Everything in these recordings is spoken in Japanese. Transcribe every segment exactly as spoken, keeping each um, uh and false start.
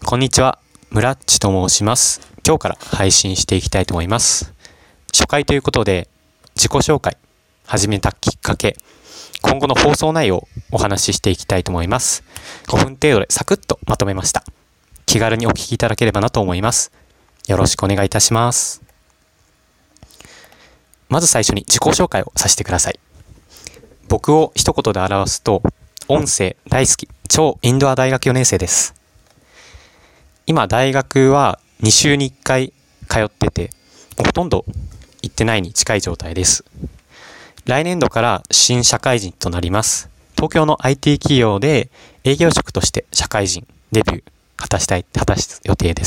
こんにちは、村っちと申します。今日から配信していきたいと思います。初回ということで、自己紹介、始めたきっかけ、今後の放送内容をお話ししていきたいと思います。ごふん程度でサクッとまとめました。気軽にお聞きいただければなと思います。よろしくお願いいたします。まず最初に自己紹介をさせてください。僕を一言で表すと、音声大好き、超インドア大学よねん生です。今大学はに週にいっかい通ってて、ほとんど行ってないに近い状態です。来年度から新社会人となります。東京の アイティー 企業で営業職として社会人デビュー果たしたい、果たす予定です。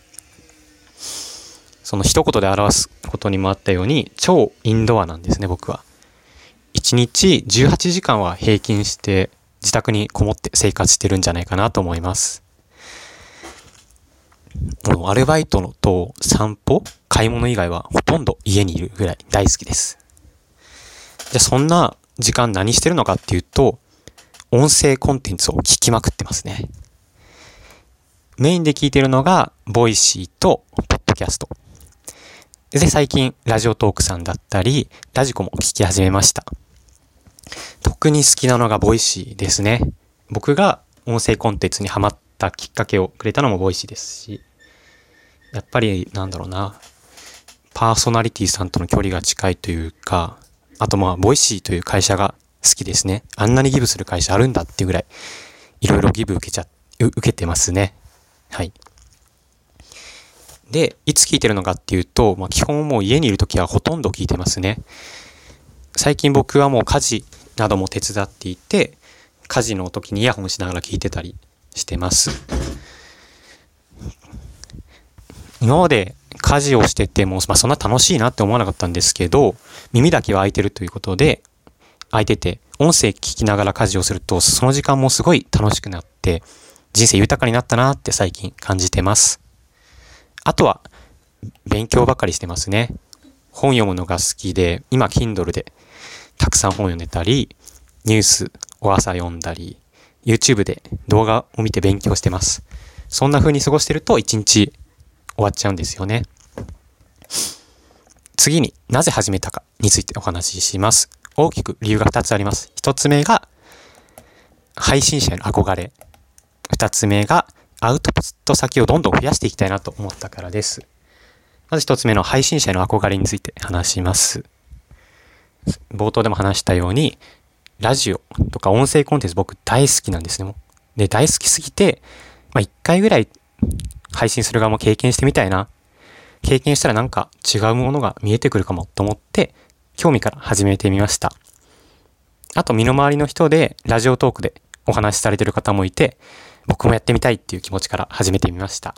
その一言で表すことにもあったように、超インドアなんですね、僕は。いちにちじゅうはちじかんは平均して自宅にこもって生活してるんじゃないかなと思います。アルバイトのと散歩、買い物以外はほとんど家にいるぐらい大好きです。じゃあそんな時間何してるのかっていうと、音声コンテンツを聞きまくってますね。メインで聞いてるのがボイシーとポッドキャスト。で、最近ラジオトークさんだったり、ラジコも聞き始めました。特に好きなのがボイシーですね。僕が音声コンテンツにハマったきっかけをくれたのもボイシーですし、やっぱりなんだろうな、パーソナリティさんとの距離が近いというか、あとまあボイシーという会社が好きですね。あんなにギブする会社あるんだっていうぐらいいろいろギブ受けちゃ受けてますね。はい。で、いつ聞いてるのかっていうと、まあ、基本もう家にいるときはほとんど聞いてますね。最近僕はもう家事なども手伝っていて、家事の時にイヤホンしながら聞いてたりしてます。今まで家事をしてても、まあ、そんな楽しいなって思わなかったんですけど、耳だけは開いてるということで、開いてて、音声聞きながら家事をすると、その時間もすごい楽しくなって、人生豊かになったなって最近感じてます。あとは、勉強ばかりしてますね。本読むのが好きで、今 Kindle でたくさん本読んでたり、ニュースを朝読んだり、YouTube で動画を見て勉強してます。そんな風に過ごしてると一日終わっちゃうんですよね。次になぜ始めたかについてお話しします。大きく理由がふたつあります。ひとつめが配信者への憧れ。ふたつめがアウトプット先をどんどん増やしていきたいなと思ったからです。まずひとつめの配信者への憧れについて話します。冒頭でも話したように、ラジオとか音声コンテンツ僕大好きなんですね。で、大好きすぎて、まあ、いっかいぐらい配信する側も経験してみたいな。経験したらなんか違うものが見えてくるかもと思って、興味から始めてみました。あと身の回りの人でラジオトークでお話しされてる方もいて、僕もやってみたいっていう気持ちから始めてみました。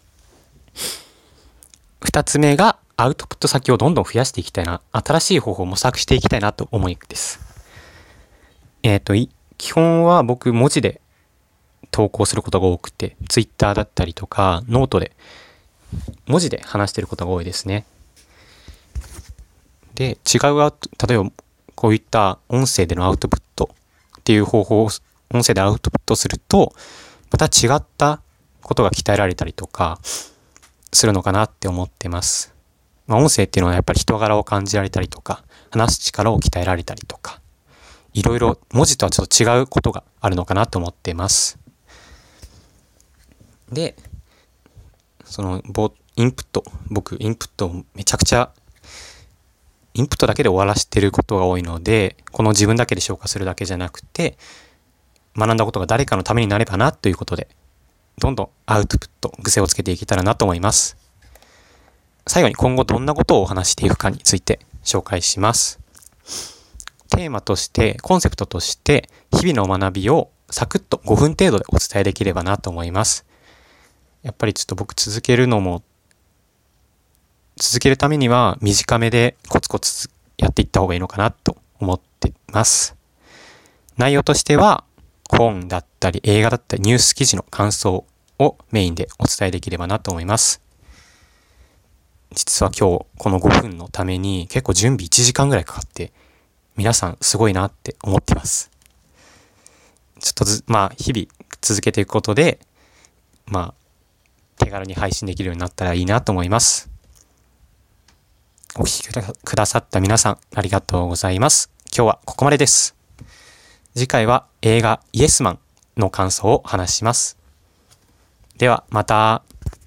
二つ目がアウトプット先をどんどん増やしていきたいな。新しい方法を模索していきたいなと思いです。えっと、基本は僕文字で投稿することが多くて、Twitter だったりとかノートで文字で話していることが多いですね。で、違うアウト、例えばこういった音声でのアウトプットっていう方法を音声でアウトプットすると、また違ったことが鍛えられたりとかするのかなって思ってます。まあ、音声っていうのはやっぱり人柄を感じられたりとか、話す力を鍛えられたりとか、いろいろ文字とはちょっと違うことがあるのかなと思っています。で、そのインプット、僕インプットをめちゃくちゃインプットだけで終わらせてることが多いので、この自分だけで消化するだけじゃなくて、学んだことが誰かのためになればなということで、どんどんアウトプット、癖をつけていけたらなと思います。最後に今後どんなことをお話していくかについて紹介します。テーマとして、コンセプトとして、日々の学びをサクッとごふん程度でお伝えできればなと思います。やっぱりちょっと僕続けるのも、続けるためには短めでコツコツやっていった方がいいのかなと思ってます。内容としては、本だったり映画だったりニュース記事の感想をメインでお伝えできればなと思います。実は今日このごふんのために結構準備いちじかんぐらいかかって、皆さんすごいなって思ってます。ちょっとずまあ日々続けていくことで、まあ手軽に配信できるようになったらいいなと思います。お聞きくださった皆さんありがとうございます。今日はここまでです。次回は映画イエスマンの感想を話します。ではまた。